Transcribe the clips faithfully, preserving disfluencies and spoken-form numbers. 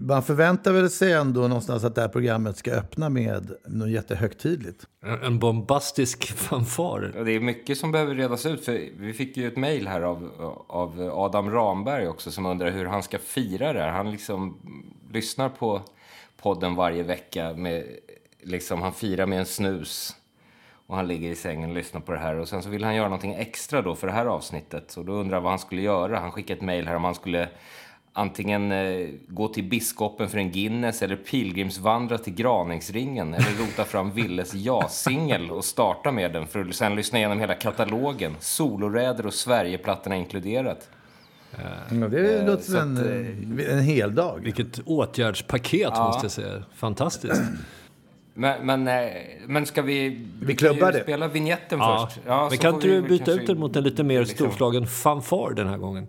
Man förväntar väl sig ändå någonstans att det här programmet ska öppna med något jättehögtidligt. En bombastisk fanfar. Det är mycket som behöver redas ut. För vi fick ju ett mejl här av, av Adam Ramberg också som undrar hur han ska fira det här. Han liksom lyssnar på podden varje vecka. Med, liksom, han firar med en snus. Och han ligger i sängen och lyssnar på det här. Och sen så vill han göra någonting extra då för det här avsnittet. Så då undrar vad han skulle göra. Han skickade ett mejl här om han skulle antingen eh, gå till biskopen för en Guinness eller pilgrimsvandra till Graningsringen eller rota fram Willes ja-singel och starta med den för att sen lyssna igenom hela katalogen. Soloräder och Sverigeplattorna inkluderat. Ja, det eh, låter som en, att, en hel dag. Vilket åtgärdspaket ja. måste jag säga. Fantastiskt. Men, men, men ska vi, vi, vi klubbar det. Spela vignetten ja. först? Ja, men kan inte du byta kanske, ut den mot en lite mer liksom storslagen fanfar den här gången?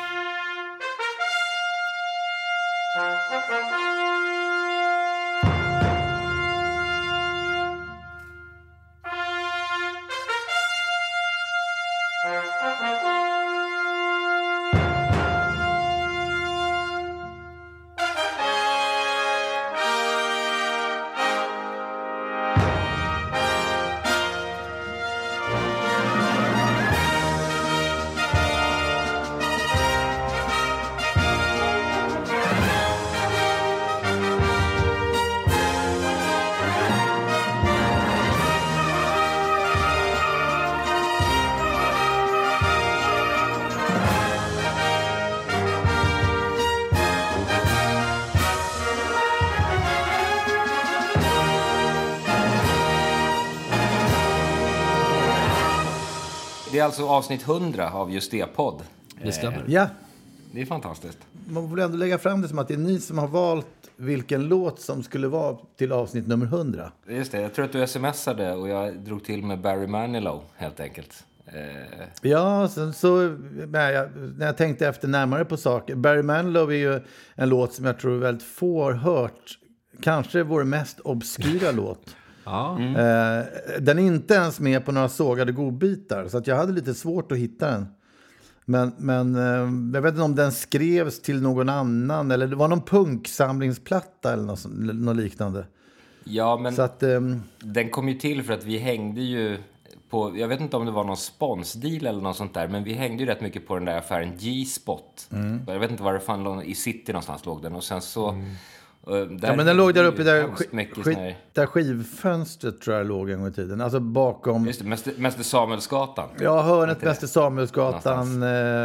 Det är alltså avsnitt hundra av just det podd. Det stämmer. Ja. Det är fantastiskt. Man får ändå lägga fram det som att det är ni som har valt vilken låt som skulle vara till avsnitt nummer hundra. Just det, jag tror att du smsade och jag drog till med Barry Manilow helt enkelt. Eh. Ja, sen så när jag, när jag tänkte efter närmare på saker. Barry Manilow är ju en låt som jag tror väldigt få har hört. Kanske vår mest obskyra låt. Ja. Mm. Eh, den är inte ens med på några sågade godbitar. Så att jag hade lite svårt att hitta den. Men, men eh, jag vet inte om den skrevs till någon annan. Eller det var någon punksamlingsplatta eller något, något liknande. Ja, men så att, eh, den kom ju till för att vi hängde ju på, jag vet inte om det var någon sponsdeal eller något sånt där. Men vi hängde ju rätt mycket på den där affären G-spot. Mm. Jag vet inte var det fan, i city någonstans låg den. Och sen så... Mm. Ja, men den låg där uppe där, sk- skit, där skivfönstret tror jag låg en gång i tiden. Alltså bakom... Just det, Mäster, Mäster Samuelsgatan. Ja, hörnet Mäster Samuelsgatan,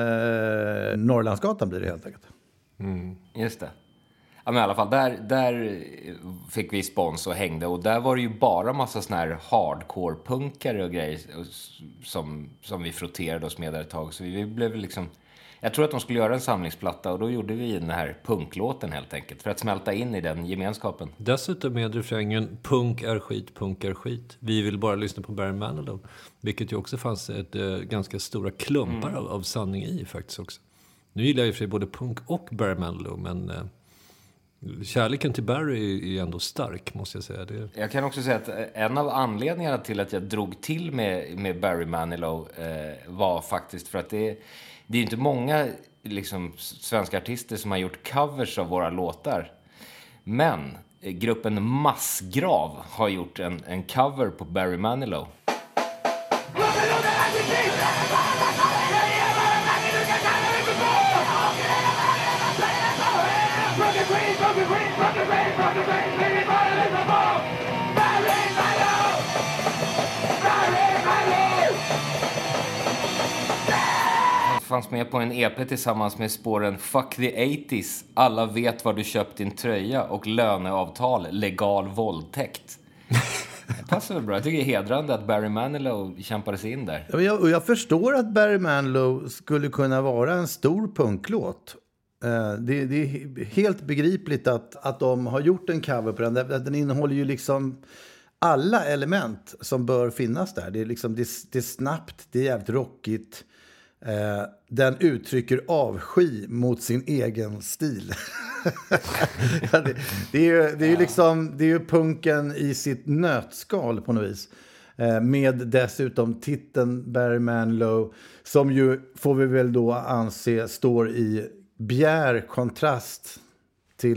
eh, Norrlandsgatan blir det helt enkelt. Mm. Just det. Ja, men i alla fall, där, där fick vi spons och hängde. Och där var det ju bara massa såna här hardcore-punkare och grejer som, som vi frotterade oss med där ett tag. Så vi blev liksom... Jag tror att de skulle göra en samlingsplatta och då gjorde vi den här punklåten helt enkelt. För att smälta in i den gemenskapen. Dessutom med refrängen punk är skit, punk är skit. Vi vill bara lyssna på Barry Manilow. Vilket ju också fanns ett äh, ganska stora klumpar mm. av, av sanning i faktiskt också. Nu gillar jag i och för sig både punk och Barry Manilow. Men äh, kärleken till Barry är ändå stark måste jag säga. Det... Jag kan också säga att en av anledningarna till att jag drog till med, med Barry Manilow eh, var faktiskt för att det Det är ju inte många liksom, svenska artister som har gjort covers av våra låtar. Men eh, gruppen Massgrav har gjort en, en cover på Barry Manilow. Fanns med på en E P tillsammans med spåren Fuck the eighties, Alla vet var du köpt din tröja och Löneavtal, Legal våldtäkt. Det passar väl bra. Jag tycker det är hedrande att Barry Manilow kämpade sig in där. Ja, och jag förstår att Barry Manilow skulle kunna vara en stor punklåt. Det, det är helt begripligt att, att de har gjort en cover på den. Den innehåller ju liksom alla element som bör finnas där. Det är, liksom, det, det är snabbt, det är jävligt rockigt. Eh, den uttrycker avsky mot sin egen stil. ja, det, det är ju det är ju liksom det är ju punken i sitt nötskal på något vis. Eh, med dessutom titeln Barry Manilow som ju får vi väl då anse står i bjär kontrast till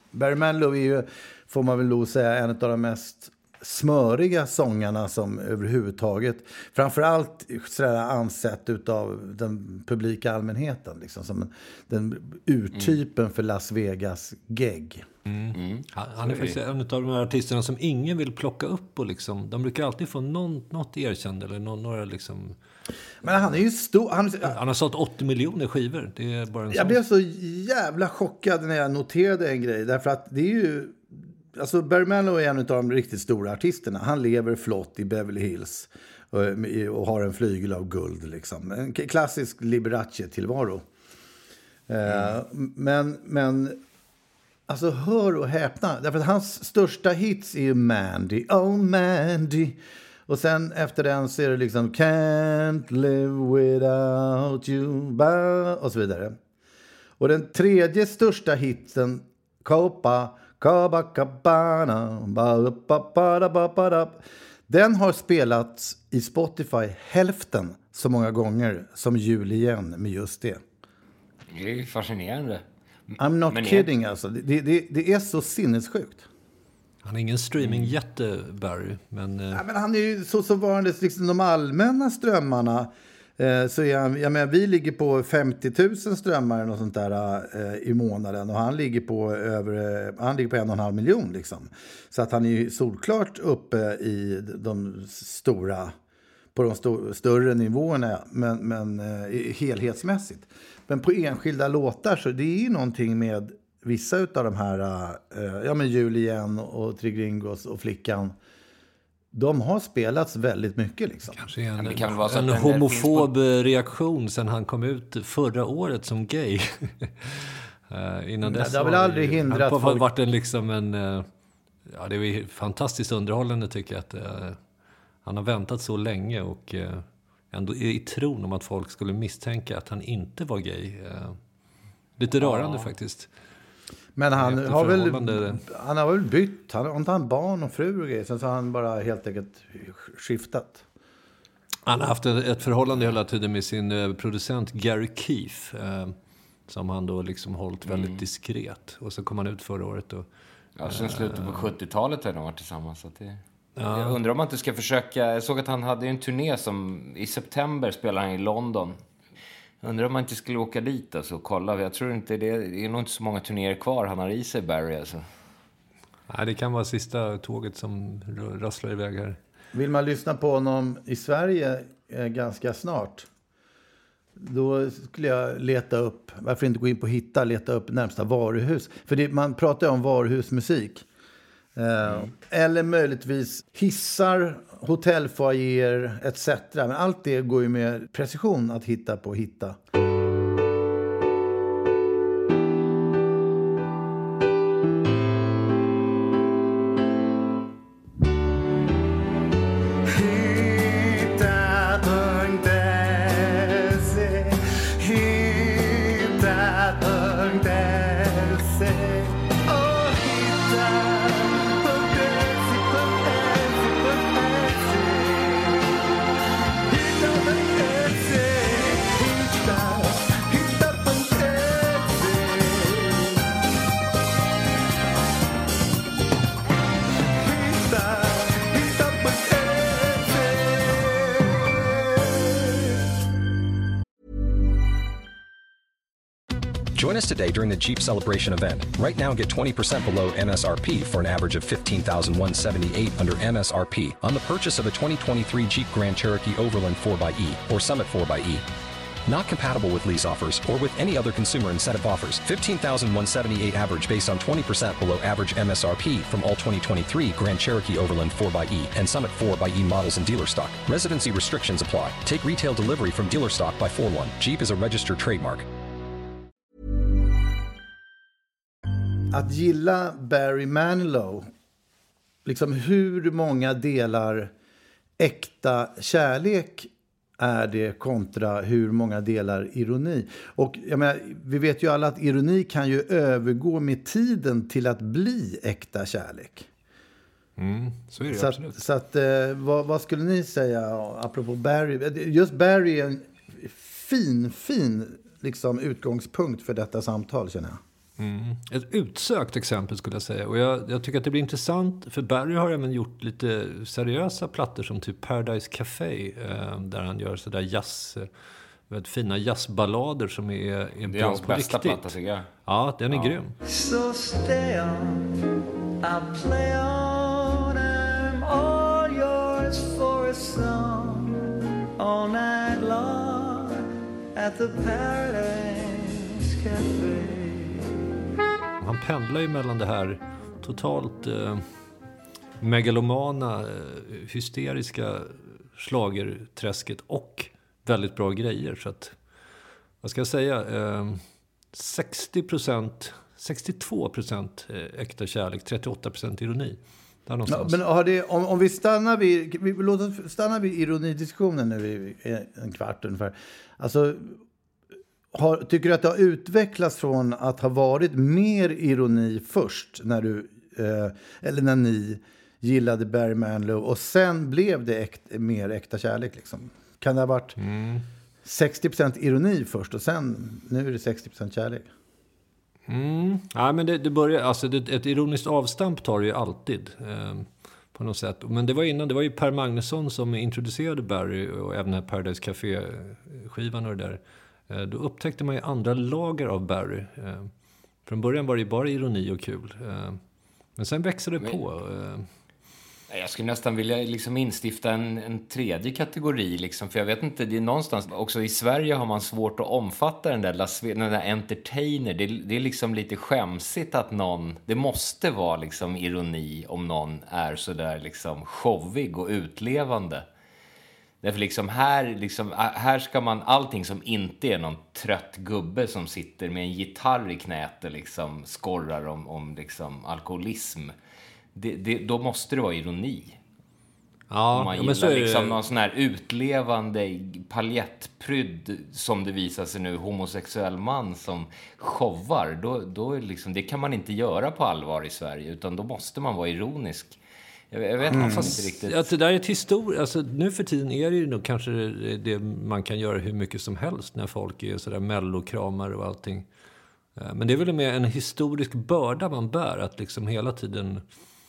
Barry Manilow är ju, får man väl nog säga, en av de mest smöriga sångarna som överhuvudtaget, framförallt sådär ansett utav den publika allmänheten, liksom, som den urtypen mm. för Las Vegas gig. Mm. Mm. Han är faktiskt en av de här artisterna som ingen vill plocka upp och liksom, de brukar alltid få någon, något erkänd eller någon, några liksom. Men han är ju stor. Han, han har sålt åttio miljoner skivor. Det är bara en jag sån. blev så jävla chockad när jag noterade en grej, därför att det är ju, alltså Barry Manilow är en av de riktigt stora artisterna. Han lever flott i Beverly Hills och, och har en flygel av guld, liksom. En klassisk Liberace-tillvaro. Mm. Uh, men, men alltså hör och häpna. Därför att hans största hits är ju Mandy. Oh Mandy. Och sen efter den så är det liksom Can't live without you. Och så vidare. Och den tredje största hitsen, Copa Copacabana, den har spelats i Spotify hälften så många gånger som Jul igen med just det. Det är ju fascinerande. I'm not Men kidding är... alltså. Det, det, det är så sinnessjukt. Han är ingen streamingjätte, Barry. Men, ja, men han är ju så, så varandes liksom de allmänna strömmarna. Eh, så är han, jag menar, vi ligger på femtio tusen strömmar och sånt där eh, i månaden. Och han ligger på över, eh, han ligger på en och en halv miljon liksom. Så att han är ju solklart uppe i de stora, på de sto, större nivåerna. Men, men eh, helhetsmässigt. Men på enskilda låtar så det är ju någonting med vissa av de här, eh, ja men Jul igen och Trigringos och Flickan. De har spelats väldigt mycket liksom. Kanske en, det kan vara så en homofob på... reaktion sen han kom ut förra året som gay. uh, innan dess det har väl aldrig hindrat han folk... varit en liksom en uh, ja, det är fantastiskt underhållande tycker jag att uh, han har väntat så länge och uh, ändå i tron om att folk skulle misstänka att han inte var gay. Uh, lite rörande ja. faktiskt. Men han har väl han har väl bytt. Han har inte han barn och fru och grejer. Sen så har han bara helt enkelt skiftat. Han har haft ett förhållande hela tiden med sin producent Gary Keefe. Eh, som han då liksom hållit väldigt mm. diskret. Och så kom han ut förra året. Och, ja, sen slutet på sjuttiotalet har de varit tillsammans. Så det... ja. Jag undrar om man inte ska försöka... Jag såg att han hade en turné som i september spelade han i London. Jag undrar om man inte skulle åka dit alltså, och kolla. Jag tror inte det, det är nog inte så många turnéer kvar han har i sig, Barry. Alltså. Nej, det kan vara sista tåget som rasslar iväg här. Vill man lyssna på honom i Sverige eh, ganska snart, då skulle jag leta upp, varför inte gå in på Hitta, leta upp närmsta varuhus. För det, man pratar ju om varuhusmusik. Eh, mm. Eller möjligtvis hissar, hotellfoajer et cetera. Men allt det går ju med precision att hitta på Hitta. Join us today during the Jeep Celebration event. Right now, get twenty percent below M S R P for an average of fifteen thousand one hundred seventy-eight dollars under M S R P on the purchase of a twenty twenty-three Jeep Grand Cherokee Overland four by E or Summit four by E. Not compatible with lease offers or with any other consumer incentive offers. fifteen thousand one hundred seventy-eight dollars average based on twenty percent below average M S R P from all twenty twenty-three Grand Cherokee Overland four by E and Summit four by E models in dealer stock. Residency restrictions apply. Take retail delivery from dealer stock by four one. Jeep is a registered trademark. Att gilla Barry Manilow, liksom hur många delar äkta kärlek är det kontra hur många delar ironi. Och jag menar, vi vet ju alla att ironi kan ju övergå med tiden till att bli äkta kärlek. Mm, så är det så absolut. Att, så att, eh, vad, vad skulle ni säga apropå Barry? Just Barry är en fin, fin liksom, utgångspunkt för detta samtal, känner jag. Mm. Ett utsökt exempel skulle jag säga. Och jag, jag tycker att det blir intressant. För Barry har även gjort lite seriösa plattor som typ Paradise Café. Eh, där han gör sådär jazz, väldigt fina jazzballader som är, är Det är bra hans på bästa riktigt. platta, tycker jag. Ja, den är Ja. grym. So stay on, I'll play on, I'm all yours for a song, all night long at the Paradise Cafe. Han pendlar ju mellan det här totalt eh, megalomana, eh, hysteriska schlagerträsket och väldigt bra grejer. Så att, vad ska jag säga, eh, sextio procent, sextiotvå procent äkta kärlek, trettioåtta procent ironi. Där någonstans. Ja, men har det, om, om vi stannar vid, vi, låt oss stanna vid ironidiskussionen nu i en kvart ungefär. Alltså, har, tycker du att det har utvecklats från att ha varit mer ironi först när du, eh, eller när ni gillade Barry Manilow och sen blev det äkt, mer äkta kärlek liksom? Kan det ha varit mm. sextio procent ironi först och sen nu är det sextio procent kärlek? Mm. Ja, men det, det börjar, alltså det, ett ironiskt avstamp tar det ju alltid eh, på något sätt. Men det var innan, det var ju Per Magnusson som introducerade Barry och även den här Paradise Café-skivan och det där. Eh, då upptäckte man ju andra lager av Barry. Eh, från början var det ju bara ironi och kul. Eh, men sen växte det men... på. Eh, Jag skulle nästan vilja liksom instifta en, en tredje kategori. Liksom, för jag vet inte, det är någonstans... Också i Sverige har man svårt att omfatta den där, den där entertainer. Det, det är liksom lite skämsigt att någon... Det måste vara liksom ironi om någon är så där liksom showig och utlevande. Därför liksom här, liksom, här ska man... Allting som inte är någon trött gubbe som sitter med en gitarr i knät och liksom skorrar om, om liksom alkoholism... Det, det, då måste det vara ironi. Ja, om man ja, gillar men så är det... liksom någon sån här utlevande paljettprydd, som det visar sig nu, homosexuell man som showar. Då, då är liksom, det kan man inte göra på allvar i Sverige, utan då måste man vara ironisk. Jag, jag vet mm. inte riktigt. Ja, det där är ett historia. Alltså, nu för tiden är det ju nog kanske det, det man kan göra hur mycket som helst när folk är sådär mellokramar och allting. Men det är väl mer en historisk börda man bär, att liksom hela tiden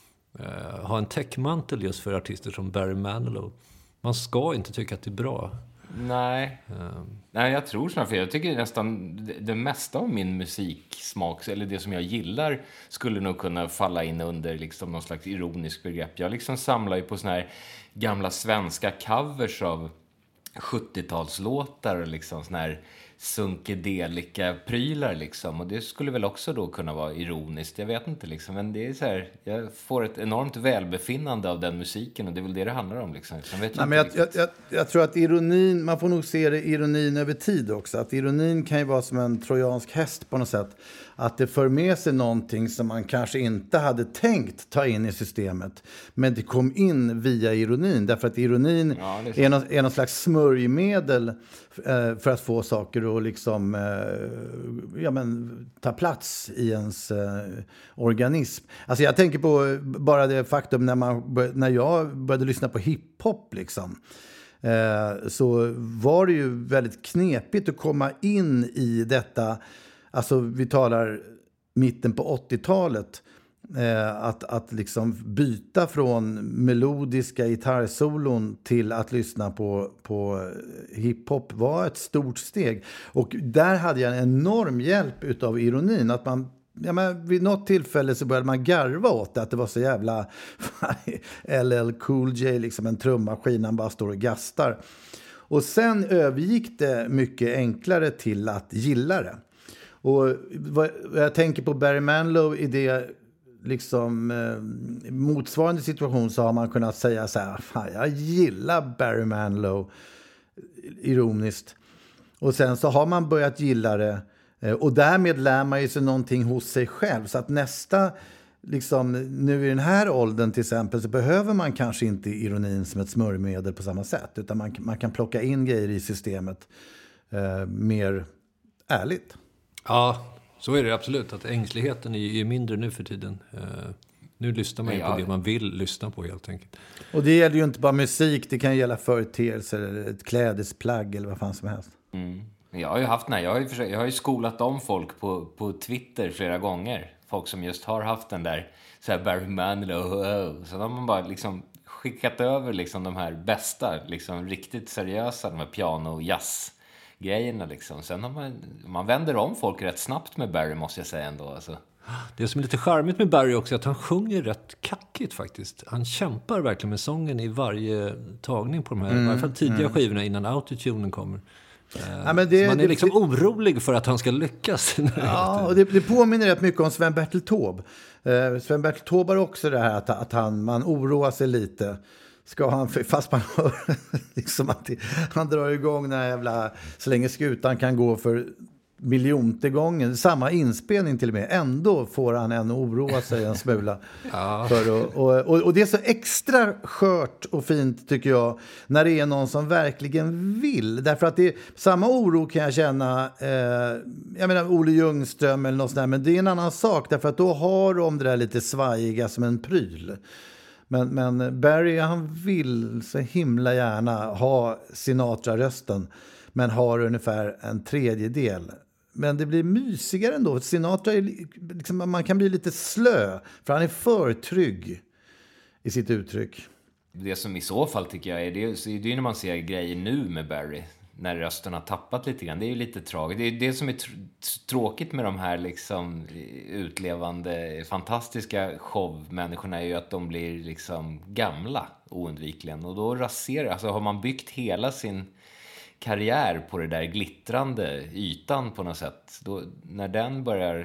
Uh, ha en täckmantel just för artister som Barry Manilow. Man ska inte tycka att det är bra. Nej, uh. Nej jag tror snarare, för jag tycker nästan det, det mesta av min musiksmak, eller det som jag gillar, skulle nog kunna falla in under liksom någon slags ironisk begrepp. Jag liksom samlar ju på såna här gamla svenska covers av sjuttiotalslåtar och liksom såna här sunkedelika prylar liksom, och det skulle väl också då kunna vara ironiskt, jag vet inte liksom, men det är så här, jag får ett enormt välbefinnande av den musiken, och det är väl det det handlar om liksom. Jag, vet Nej, men jag, jag, jag, jag tror att ironin, man får nog se det ironin över tid också, att ironin kan ju vara som en trojansk häst på något sätt, att det för med sig någonting som man kanske inte hade tänkt ta in i systemet, men det kom in via ironin, därför att ironin ja, är, är, någon, är någon slags smörjmedel eh, för att få saker och liksom eh, ja, men, ta plats i ens eh, organism. Alltså jag tänker på bara det faktum när, man, när jag började lyssna på hiphop liksom, eh, så var det ju väldigt knepigt att komma in i detta. Alltså vi talar mitten på åttiotalet. Eh, att, att liksom byta från melodiska gitarrsolon till att lyssna på, på hiphop var ett stort steg. Och där hade jag en enorm hjälp utav ironin. Att man, ja, men vid något tillfälle så började man garva åt det, att det var så jävla L L Cool J, liksom en trummaskin, han bara står och gastar. Och sen övergick det mycket enklare till att gilla det. Och vad jag tänker på Barry Manilow i det liksom eh, motsvarande situation, så har man kunnat säga så här: fan, jag gillar Barry Manilow ironiskt, och sen så har man börjat gilla det, eh, och därmed lär man ju sig någonting hos sig själv, så att nästa liksom, nu i den här åldern till exempel, så behöver man kanske inte ironin som ett smörjmedel på samma sätt, utan man, man kan plocka in grejer i systemet eh, mer ärligt. Ja, så är det absolut. Att ängsligheten är, är mindre nu för tiden. Uh, nu lyssnar man ju på det man vill lyssna på helt enkelt. Och det gäller ju inte bara musik. Det kan gälla företeelser eller ett klädesplagg eller vad fan som helst. Mm. Jag har ju haft, nej, jag har ju, försökt, jag har ju skolat om folk på, på Twitter flera gånger. Folk som just har haft den där så här Barry Manilow. Så har man bara liksom skickat över liksom de här bästa, liksom riktigt seriösa, de här piano- och jazz-grejerna liksom. Sen har man, man vänder om folk rätt snabbt med Barry, måste jag säga ändå. Alltså. Det som är lite charmigt med Barry också är att han sjunger rätt kackigt faktiskt. Han kämpar verkligen med sången i varje tagning på de här, mm, i varje fall tidiga mm. skivorna innan autotunen kommer. Ja, men det, man är liksom det, orolig för att han ska lyckas. Ja, och det, det påminner rätt mycket om Sven-Bertil Taube. Eh, Sven-Bertil Taube har också det här att, att han, man oroar sig lite. Ska han, fast man hör liksom att det, han drar igång den här jävla, så länge skutan kan gå för miljonte gången, samma inspelning till och med, ändå får han en oroa sig en smula. Ja. För att, och, och, och det är så extra skört och fint tycker jag när det är någon som verkligen vill, därför att det är, samma oro kan jag känna eh, jag menar Olle Ljungström eller något sånt där, men det är en annan sak därför att då har de det där lite svajiga som en pryl. Men, men Barry, han vill så himla gärna ha Sinatra-rösten, men har ungefär en tredjedel. Men det blir mysigare ändå. Sinatra är liksom, man kan bli lite slö, för han är för trygg i sitt uttryck. Det som i så fall tycker jag är, det är, det är när man ser grejer nu med Barry, när rösten har tappat lite grann. Det är ju lite tragiskt. Det är det som är tr- tråkigt med de här liksom utlevande, fantastiska showmänniskorna är ju att de blir liksom gamla oundvikligen. Och då raserar, alltså har man byggt hela sin karriär på det där glittrande ytan på något sätt, då, när den börjar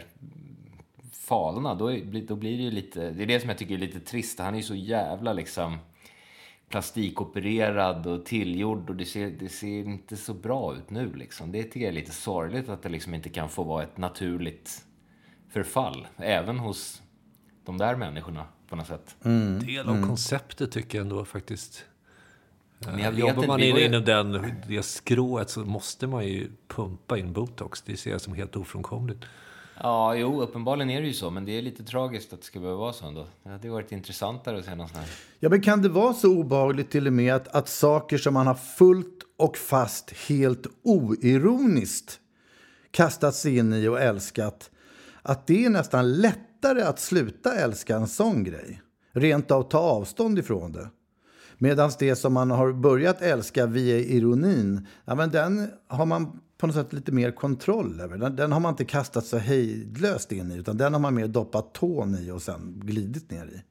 falna, då, då blir det ju lite, det är det som jag tycker är lite trist. Han är ju så jävla liksom plastikopererad och tillgjord, och det ser, det ser inte så bra ut nu liksom. Det tycker jag är lite sorgligt att det liksom inte kan få vara ett naturligt förfall även hos de där människorna på något sätt. Mm. Del av mm. konceptet tycker jag ändå faktiskt. Men jag vet Jobbar inte, man ju... in i den, det skrået så måste man ju pumpa in botox. Det ser jag som helt ofrånkomligt. Ja, jo, uppenbarligen är det ju så. Men det är lite tragiskt att det ska behöva vara så ändå. Det hade varit intressantare att se något sånt här. Ja, men kan det vara så obehagligt till och med att, att saker som man har fullt och fast helt oironiskt kastats in i och älskat, att det är nästan lättare att sluta älska en sån grej? Rent av ta avstånd ifrån det. Medan det som man har börjat älska via ironin, ja, men den har man på något sätt lite mer kontroll över. Den, den har man inte kastat så hejdlöst in i, utan den har man mer doppat tån i och sen glidit ner i.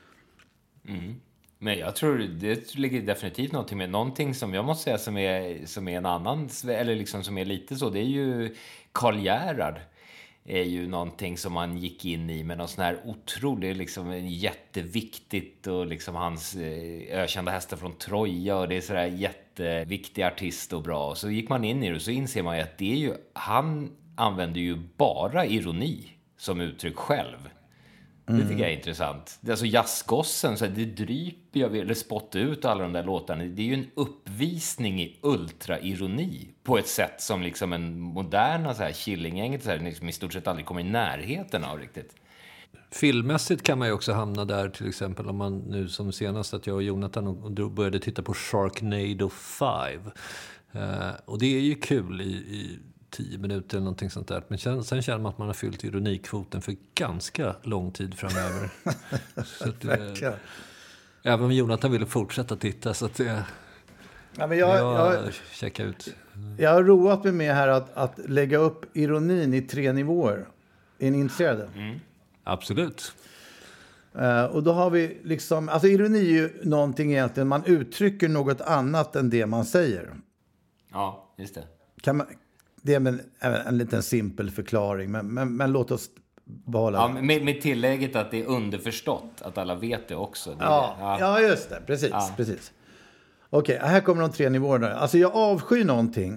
Mm. Men jag tror det ligger definitivt någonting med någonting som jag måste säga som är, som är en annan, eller liksom som är lite så, det är ju Karl Gerhard. Är ju någonting som man gick in i med någon sån här otrolig, liksom jätteviktigt, och liksom hans eh, ökända hästar från Troja, och det är sådär jätteviktig artist och bra. Och så gick man in i det och så inser man ju att det är ju, han använder ju bara ironi som uttryck själv. Mm. Det tycker jag är intressant. Alltså jazzgossen, så här, det dryper jag eller spottar ut alla de där låtarna. Det är ju en uppvisning i ultraironi på ett sätt som liksom en moderna så här Killinggänget så här, liksom i stort sett aldrig kommer i närheten av riktigt. Filmmässigt kan man ju också hamna där, till exempel om man nu som senast att jag och Jonathan och började titta på Sharknado fem. Uh, och det är ju kul i, i tio minuter eller någonting sånt där. Men sen, sen känner man att man har fyllt ironikvoten för ganska lång tid framöver. Så att, eh, även om Jonathan ville fortsätta titta, så att eh, ja, men jag, jag, jag checka ut. Jag har roat mig med här att, att lägga upp ironin i tre nivåer. Är ni intresserade? Mm. Absolut. Uh, och då har vi liksom, alltså ironi är ju någonting egentligen, man uttrycker något annat än det man säger. Ja, just det. Kan man, det är en, en, en liten simpel förklaring, men, men, men låt oss behålla ja, det. med, med tillägget att det är underförstått, att alla vet det också. Det ja, ja. ja, just det. Precis. Ja. precis. Okej, här kommer de tre nivåerna. Alltså jag avskyr någonting.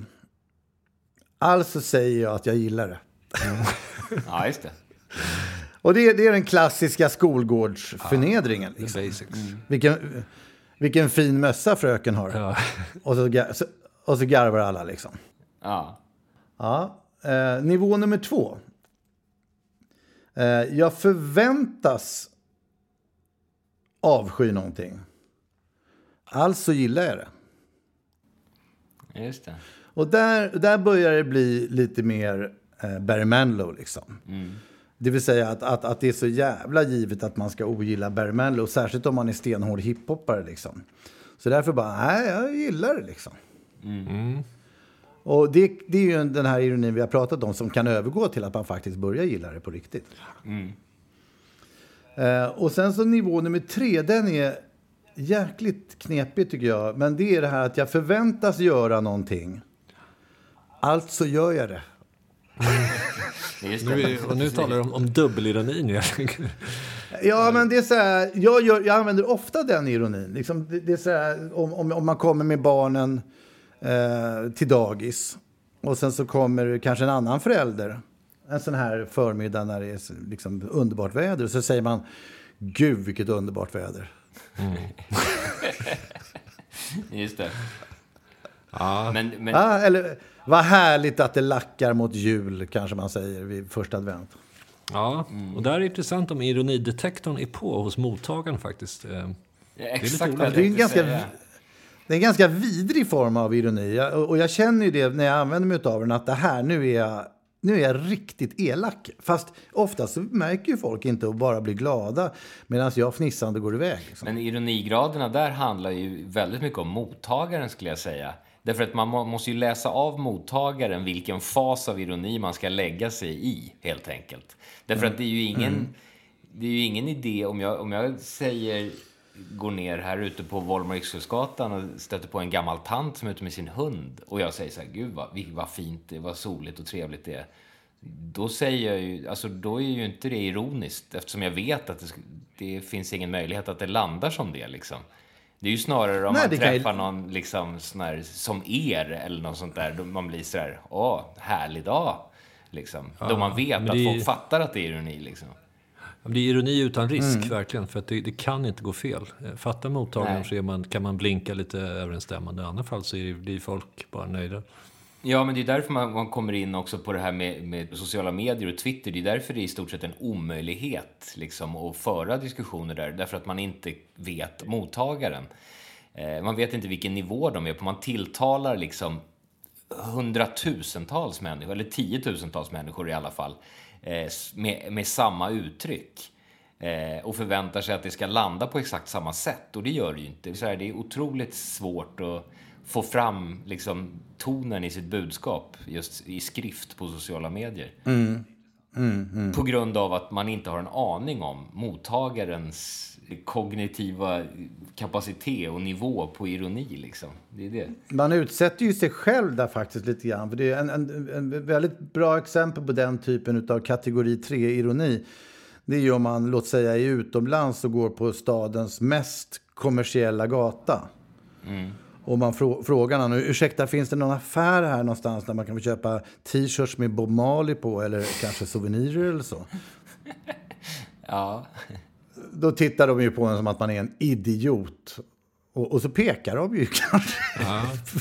Alltså säger jag att jag gillar det. Mm. Ja, just det. Och det är, det är den klassiska skolgårdsförnedringen. Ja, liksom. mm. vilken, vilken fin mössa fröken har. Ja. Och, så, och så garvar alla liksom. Ja. Ja. Eh, nivå nummer två. Eh, jag förväntas avsky någonting. Alltså gillar jag det. Just det. Och där, där börjar det bli lite mer eh, Barry Manilow liksom. Mm. Det vill säga att, att, att det är så jävla givet att man ska ogilla Barry Manilow. Särskilt om man är stenhård hiphoppare liksom. Så därför bara, nej, jag gillar det liksom. Mm. Och det, det är ju den här ironin vi har pratat om som kan övergå till att man faktiskt börjar gilla det på riktigt. Mm. Eh, och sen så nivå nummer tre, den är jäkligt knepig tycker jag. Men det är det här att jag förväntas göra någonting. Alltså gör jag det. Just det. Nu, är- och nu talar du om, om dubbelironin. Ja. Ja, men det är så här, jag, gör, jag använder ofta den ironin. Liksom, det, det är så här, om, om, om man kommer med barnen eh, till dagis. Och sen så kommer kanske en annan förälder. En sån här förmiddag när det är liksom underbart väder. Och så säger man, gud vilket underbart väder. Just det. Ja. Men, men Ah, eller vad härligt att det lackar mot jul, kanske man säger vid första advent. Ja, och där är det intressant om ironidetektorn är på hos mottagaren faktiskt. Eh, ja, exakt lite vad jag Det är en tänkte ganska, säga. det är en ganska vidrig form av ironi. Jag, och jag känner ju det när jag använder mig av den, att det här, nu är jag, nu är jag riktigt elak. Fast ofta så märker ju folk inte att bara bli glada medan jag fnissande går iväg. Liksom. Men ironigraderna där handlar ju väldigt mycket om mottagaren, skulle jag säga. Därför att man må, måste ju läsa av mottagaren vilken fas av ironi man ska lägga sig i, helt enkelt. Därför mm. att det är ju ingen, mm. det är ju ingen idé om jag, om jag säger, går ner här ute på Volmar-Yxhusgatan och stöter på en gammal tant som är ute med sin hund. Och jag säger så här, gud vad, vad fint det, vad soligt och trevligt det är. Då säger jag ju, alltså då är ju inte det ironiskt, eftersom jag vet att det, det finns ingen möjlighet att det landar som det liksom. Det är ju snarare om Nej, man kan träffar ju... någon liksom sån här, som er eller något sånt där, då man blir så här, åh, härlig dag liksom. Ja, då man vet att det... folk fattar att det är ironi liksom. Det är ironi utan risk, Mm. verkligen. För att det, det kan inte gå fel. Fattar mottagaren så är man, kan man blinka lite överensstämmande. I andra fall så är, blir folk bara nöjda. Ja, men det är därför man, man kommer in också på det här med, med sociala medier och Twitter. Det är därför det är i stort sett en omöjlighet liksom, att föra diskussioner där. Därför att man inte vet mottagaren. Eh, man vet inte vilken nivå de är på. Man tilltalar liksom hundratusentals människor, eller tiotusentals människor i alla fall, eh, med, med samma uttryck. Eh, och förväntar sig att det ska landa på exakt samma sätt. Och det gör det ju inte. Det är, det är otroligt svårt att få fram liksom, tonen i sitt budskap just i skrift på sociala medier. Mm. Mm, mm. På grund av att man inte har en aning om mottagarens kognitiva kapacitet och nivå på ironi. Liksom. Det är det. Man utsätter ju sig själv där faktiskt lite grann. För det är en, en, en väldigt bra exempel på den typen av kategori tre-ironi. Det är ju om man, låt säga, är utomlands och går på stadens mest kommersiella gata. Mm. Och man frå- frågar någon, ursäkta, finns det någon affär här någonstans där man kan få köpa t-shirts med Bob Marley på eller kanske souvenirer eller så? Ja. Då tittar de ju på en som att man är en idiot. Och, och så pekar de ju kanske Ja.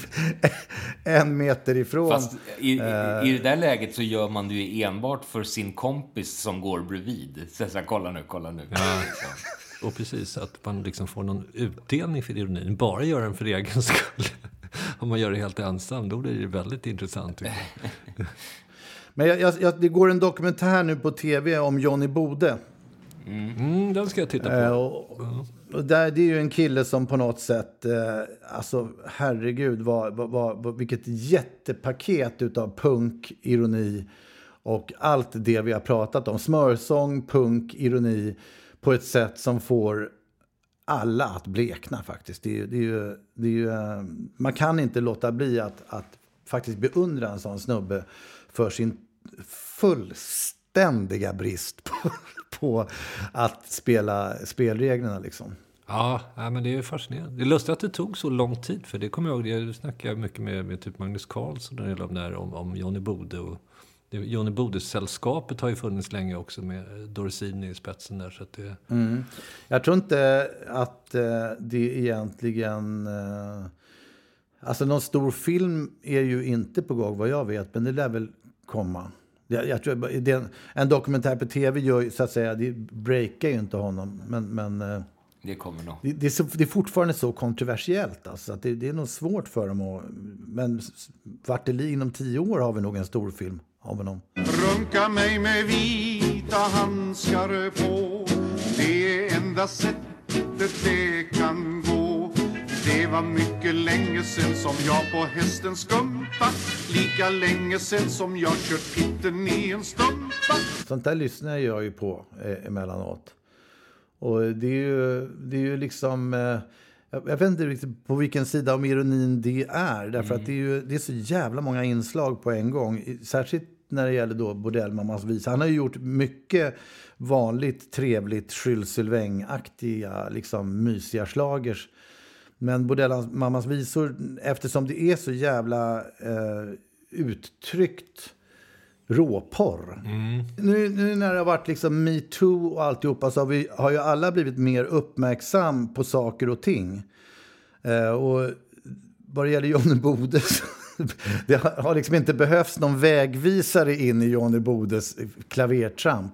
en meter ifrån. Fast i, i, i det där läget så gör man det ju enbart för sin kompis som går bredvid. Så, så här, kolla nu, kolla nu. Ja. Och precis, att man liksom får någon utdelning för ironin. Bara gör den för egen skull. Om man gör det helt ensam, då blir det väldigt intressant. Men jag, jag, det går en dokumentär nu på tv om Johnny Bode. Mm, den ska jag titta på. Eh, och, och där, det är ju en kille som på något sätt, eh, alltså herregud, var, var, var, vilket jättepaket utav punk, ironi och allt det vi har pratat om. Smörsång, punk, ironi på ett sätt som får alla att blekna faktiskt. Det är, det är ju, det är ju, eh, man kan inte låta bli att, att faktiskt beundra en sån snubbe för sin fullständiga brist på, på att spela spelreglerna liksom. Ja, men det är fascinerande. Det är lustigt att det tog så lång tid, för det kommer jag ihåg. Jag snackade mycket med, med typ Magnus Carlsson när det om, där, om, om Johnny Bode. Och det, Johnny Bode-sällskapet har ju funnits länge också med Dorsin i spetsen där. Så att det... mm. Jag tror inte att eh, det egentligen... Eh, alltså någon stor film är ju inte på gång vad jag vet, men det lär väl komma. Jag, jag tror, det, en dokumentär på tv gör så att säga, det breakar ju inte honom, men... men eh, Det kommer nog. Det, det, är, så, det är fortfarande så kontroversiellt. Alltså, att det, det är nog svårt för dem att... Men vart det ligger inom tio år har vi nog en stor film av honom. Runka mig med vita handskar på. Det är enda sättet det kan gå. Det var mycket länge sen som jag på hästen skumpa. Lika länge sen som jag kört pitten i en stumpa. Sånt där lyssnar jag ju på eh, emellanåt. Och det är ju, det är ju liksom... Eh, jag, jag vet inte riktigt på vilken sida om ironin det är. Därför mm. att det är ju det är så jävla många inslag på en gång. Särskilt när det gäller då Bordellmammas visa. Han har ju gjort mycket vanligt, trevligt, Skyll-Sylväng-aktiga, liksom mysiga slagers. Men Bordellmammas visor, eftersom det är så jävla eh, uttryckt råporr. Mm. Nu, nu när det har varit liksom Me Too och alltihopa så har, vi, har ju alla blivit mer uppmärksam på saker och ting. Eh, och vad det gäller Johnny Bode det har, har liksom inte behövts någon vägvisare in i Johnny Bodes klavertramp.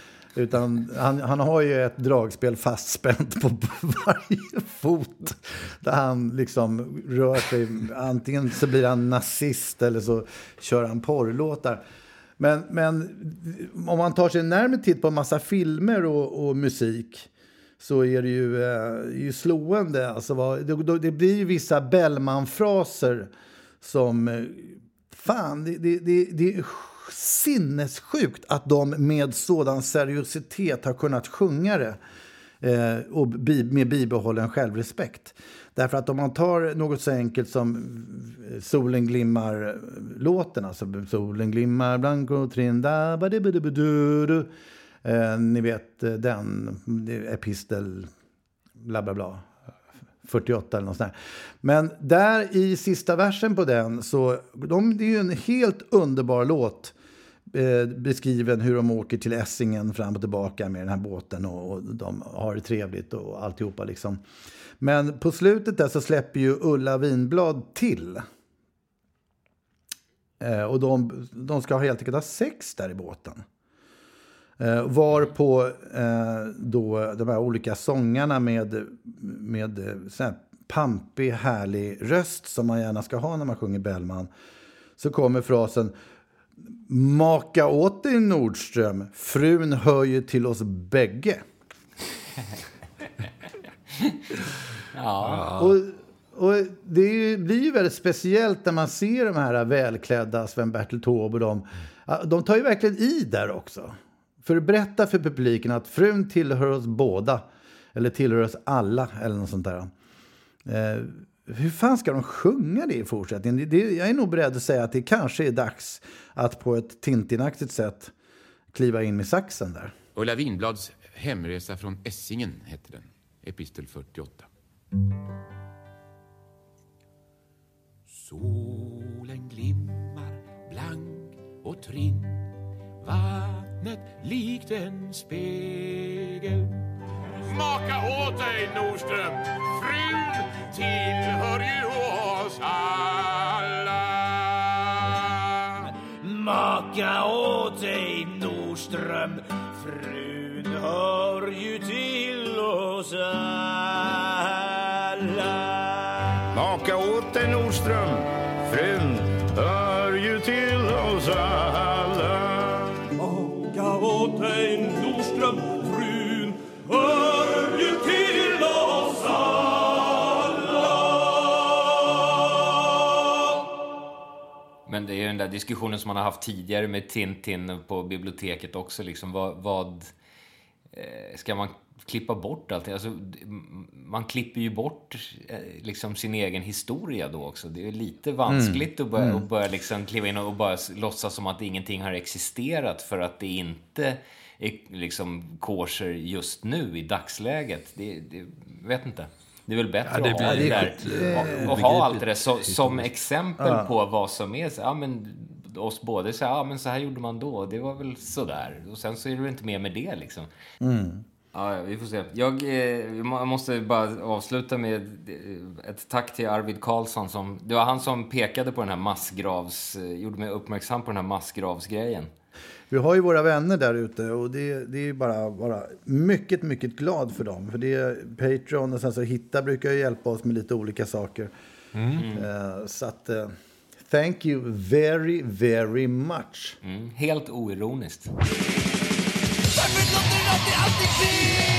Utan han, han har ju ett dragspel fastspänt på varje fot. Där han liksom rör sig. Antingen så blir han nazist eller så kör han porrlåtar. Men, men om man tar sig en närmare titt på en massa filmer och, och musik så är det ju, eh, ju slående. Alltså, vad, det, det blir ju vissa Bellman-fraser som... Fan, det, det, det, det är sinnessjukt att de med sådan seriositet har kunnat sjunga det. Eh, och bi, med bibehållen självrespekt. Därför att om man tar något så enkelt som Solen glimmar låten, alltså Solen glimmar blanco trinda badibudubudu, eh, ni vet den epistel bla bla bla fyrtioåtta eller något sånt där. Men där i sista versen på den så de, det är ju en helt underbar låt eh, beskriven hur de åker till Essingen fram och tillbaka med den här båten och, och de har det trevligt och alltihopa liksom. Men på slutet där så släpper ju Ulla Vinblad till. Eh, och de, de ska helt enkelt ha sex där i båten. Eh, var på eh, då de här olika sångarna med, med sån här pampig, härlig röst som man gärna ska ha när man sjunger Bellman. Så kommer frasen: maka åt dig Nordström, frun hör ju till oss bägge. Ja. Och, och det är ju, blir ju väldigt speciellt när man ser de här välklädda Sven-Bertil Taube och de, de tar ju verkligen i där också. För att berätta för publiken att frun tillhör oss båda. Eller tillhör oss alla. Eller något sånt där. Eh, hur fan ska de sjunga det i fortsättningen? Det, det, jag är nog beredd att säga att det kanske är dags att på ett Tintinaktigt sätt kliva in med saxen där. Ulla Vinblads hemresa från Essingen heter den. Epistel fyrtioåtta. Solen glimmar blank och trinn. Vattnet likt en spegel. Smaka åt dig Nordström, frun tillhör ju oss alla. Maka åt dig Nordström, frun hör ju till oss alla. Maka åt dig Nordström, frun hör ju till oss alla. Maka åt dig Nordström, frun hör ju till oss alla. Men det är ju den där diskussionen som man har haft tidigare med Tintin på biblioteket också. Liksom, vad, vad eh, ska man klippa bort allting? Alltså, man klipper ju bort eh, liksom sin egen historia då också. Det är ju lite vanskligt mm. att börja, mm. att börja liksom kliva in och bara låtsas som att ingenting har existerat för att det inte är liksom kosher just nu i dagsläget. Det, det vet inte. Det är väl bättre ja, det att ha det där och, och ha allt det där så, som exempel ja. på vad som är så, ja men oss båda så ja men så här gjorde man då, det var väl så där och sen så är det väl inte mer med det liksom. Mm. Ja, vi får se. Jag, eh, jag måste bara avsluta med ett tack till Arvid Karlsson som, det var han som pekade på den här massgravs, gjorde mig uppmärksam på den här massgravsgrejen. vi har ju våra vänner där ute och det, det är ju bara, bara mycket, mycket glad för dem. För det är Patreon och sen så Hitta brukar ju hjälpa oss med lite olika saker. Mm. Uh, så att, uh, thank you very, very much. Mm. Helt oironiskt. Varför låter det alltid alltid fel?